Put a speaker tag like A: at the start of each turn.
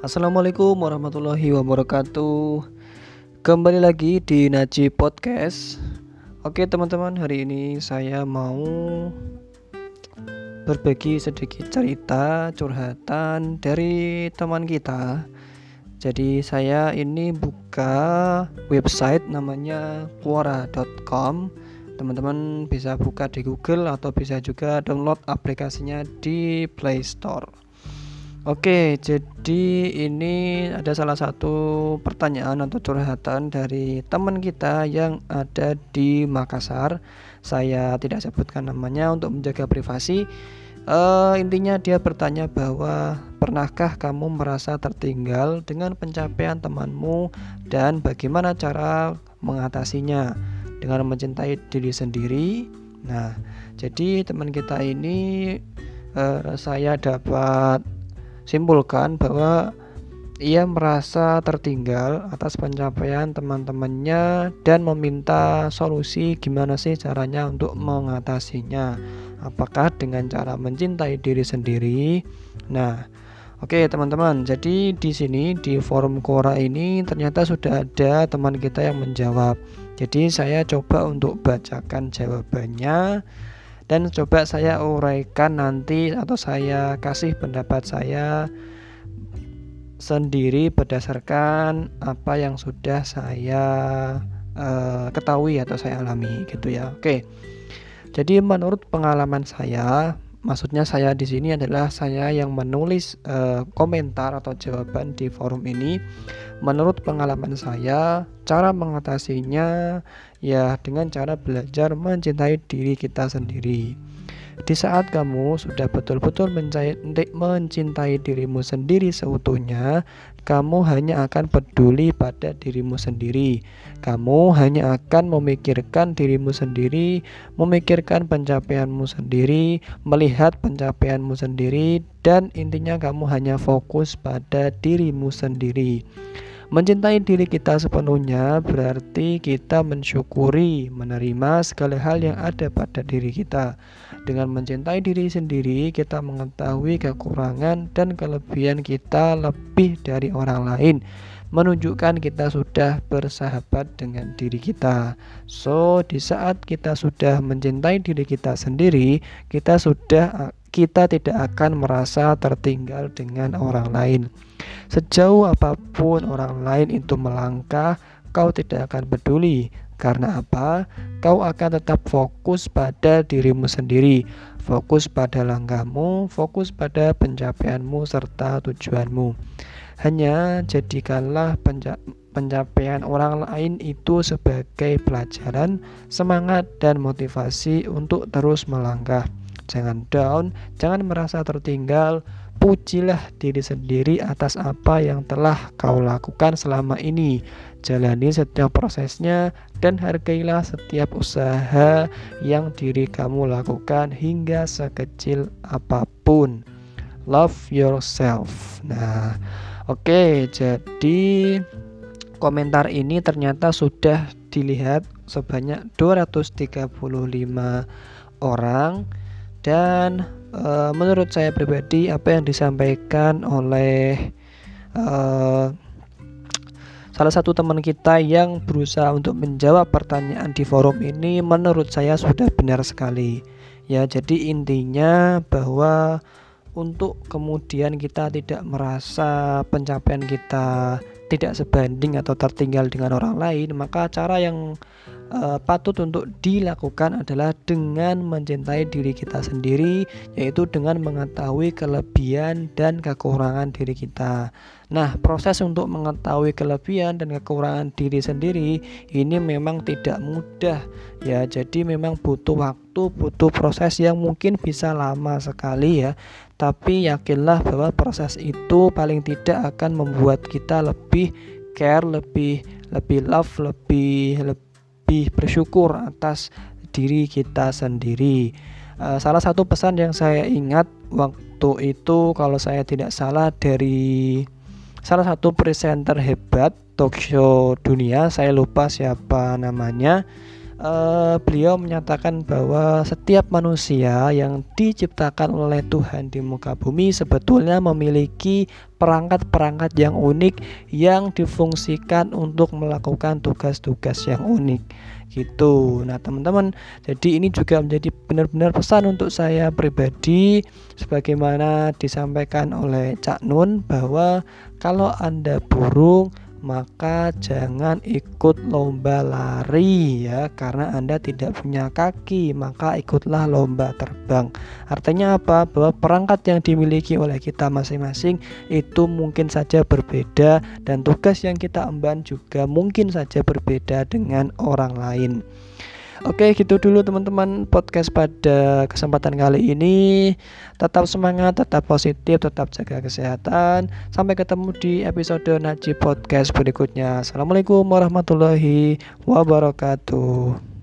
A: Assalamualaikum warahmatullahi wabarakatuh. Kembali lagi di Naji Podcast. Oke teman-teman, hari ini saya mau berbagi sedikit cerita curhatan dari teman kita. Jadi saya ini buka website namanya quora.com. Teman-teman bisa buka di Google atau bisa juga download aplikasinya di Play Store. Oke, jadi ini ada salah satu pertanyaan atau curhatan dari teman kita yang ada di Makassar. Saya tidak sebutkan namanya untuk menjaga privasi. Intinya dia bertanya bahwa pernahkah kamu merasa tertinggal dengan pencapaian temanmu dan bagaimana cara mengatasinya dengan mencintai diri sendiri. Nah, jadi teman kita ini saya dapat simpulkan bahwa ia merasa tertinggal atas pencapaian teman-temannya dan meminta solusi gimana sih caranya untuk mengatasinya. Apakah dengan cara mencintai diri sendiri? Nah, oke teman-teman, jadi di sini di forum Quora ini ternyata sudah ada teman kita yang menjawab. Jadi saya coba untuk bacakan jawabannya dan coba saya uraikan nanti atau saya kasih pendapat saya sendiri berdasarkan apa yang sudah saya ketahui atau saya alami gitu ya. Oke. Jadi menurut pengalaman saya, maksudnya saya di sini adalah saya yang menulis komentar atau jawaban di forum ini. Menurut pengalaman saya, cara mengatasinya ya dengan cara belajar mencintai diri kita sendiri. Di saat kamu sudah betul-betul mencintai dirimu sendiri seutuhnya, kamu hanya akan peduli pada dirimu sendiri. Kamu hanya akan memikirkan dirimu sendiri, memikirkan pencapaianmu sendiri, melihat pencapaianmu sendiri, dan intinya kamu hanya fokus pada dirimu sendiri. Mencintai diri kita sepenuhnya berarti kita mensyukuri, menerima segala hal yang ada pada diri kita. Dengan mencintai diri sendiri, kita mengetahui kekurangan dan kelebihan kita lebih dari orang lain, menunjukkan kita sudah bersahabat dengan diri kita. So, di saat kita sudah mencintai diri kita sendiri, kita tidak akan merasa tertinggal dengan orang lain. Sejauh apapun orang lain itu melangkah, kau tidak akan peduli. Karena apa? Kau akan tetap fokus pada dirimu sendiri, fokus pada langkahmu, fokus pada pencapaianmu serta tujuanmu. Hanya jadikanlah pencapaian orang lain itu sebagai pelajaran, semangat dan motivasi untuk terus melangkah. Jangan down, jangan merasa tertinggal. Pujilah diri sendiri atas apa yang telah kau lakukan selama ini. Jalani setiap prosesnya dan hargailah setiap usaha yang diri kamu lakukan hingga sekecil apapun. Love yourself. Nah, oke, jadi komentar ini ternyata sudah dilihat sebanyak 235 orang. Dan menurut saya pribadi apa yang disampaikan oleh salah satu teman kita yang berusaha untuk menjawab pertanyaan di forum ini menurut saya sudah benar sekali. Ya, jadi intinya bahwa untuk kemudian kita tidak merasa pencapaian kita tidak sebanding atau tertinggal dengan orang lain, maka cara yang patut untuk dilakukan adalah dengan mencintai diri kita sendiri, yaitu dengan mengetahui kelebihan dan kekurangan diri kita. Nah, proses untuk mengetahui kelebihan dan kekurangan diri sendiri ini memang tidak mudah ya. Jadi memang butuh waktu, butuh proses yang mungkin bisa lama sekali ya. Tapi yakinlah bahwa proses itu paling tidak akan membuat kita lebih care, lebih love, lebih bersyukur atas diri kita sendiri. Salah satu pesan yang saya ingat waktu itu, kalau saya tidak salah, dari salah satu presenter hebat talk show dunia, saya lupa siapa namanya. beliau menyatakan bahwa setiap manusia yang diciptakan oleh Tuhan di muka bumi sebetulnya memiliki perangkat-perangkat yang unik yang difungsikan untuk melakukan tugas-tugas yang unik gitu. Nah teman-teman, jadi ini juga menjadi benar-benar pesan untuk saya pribadi sebagaimana disampaikan oleh Cak Nun, bahwa kalau Anda burung maka jangan ikut lomba lari ya, karena Anda tidak punya kaki, maka ikutlah lomba terbang. Artinya apa? Bahwa perangkat yang dimiliki oleh kita masing-masing itu mungkin saja berbeda, dan tugas yang kita emban juga mungkin saja berbeda dengan orang lain. Oke, gitu dulu teman-teman podcast pada kesempatan kali ini. Tetap semangat, tetap positif, tetap jaga kesehatan. Sampai ketemu di episode Najib Podcast berikutnya. Assalamualaikum warahmatullahi wabarakatuh.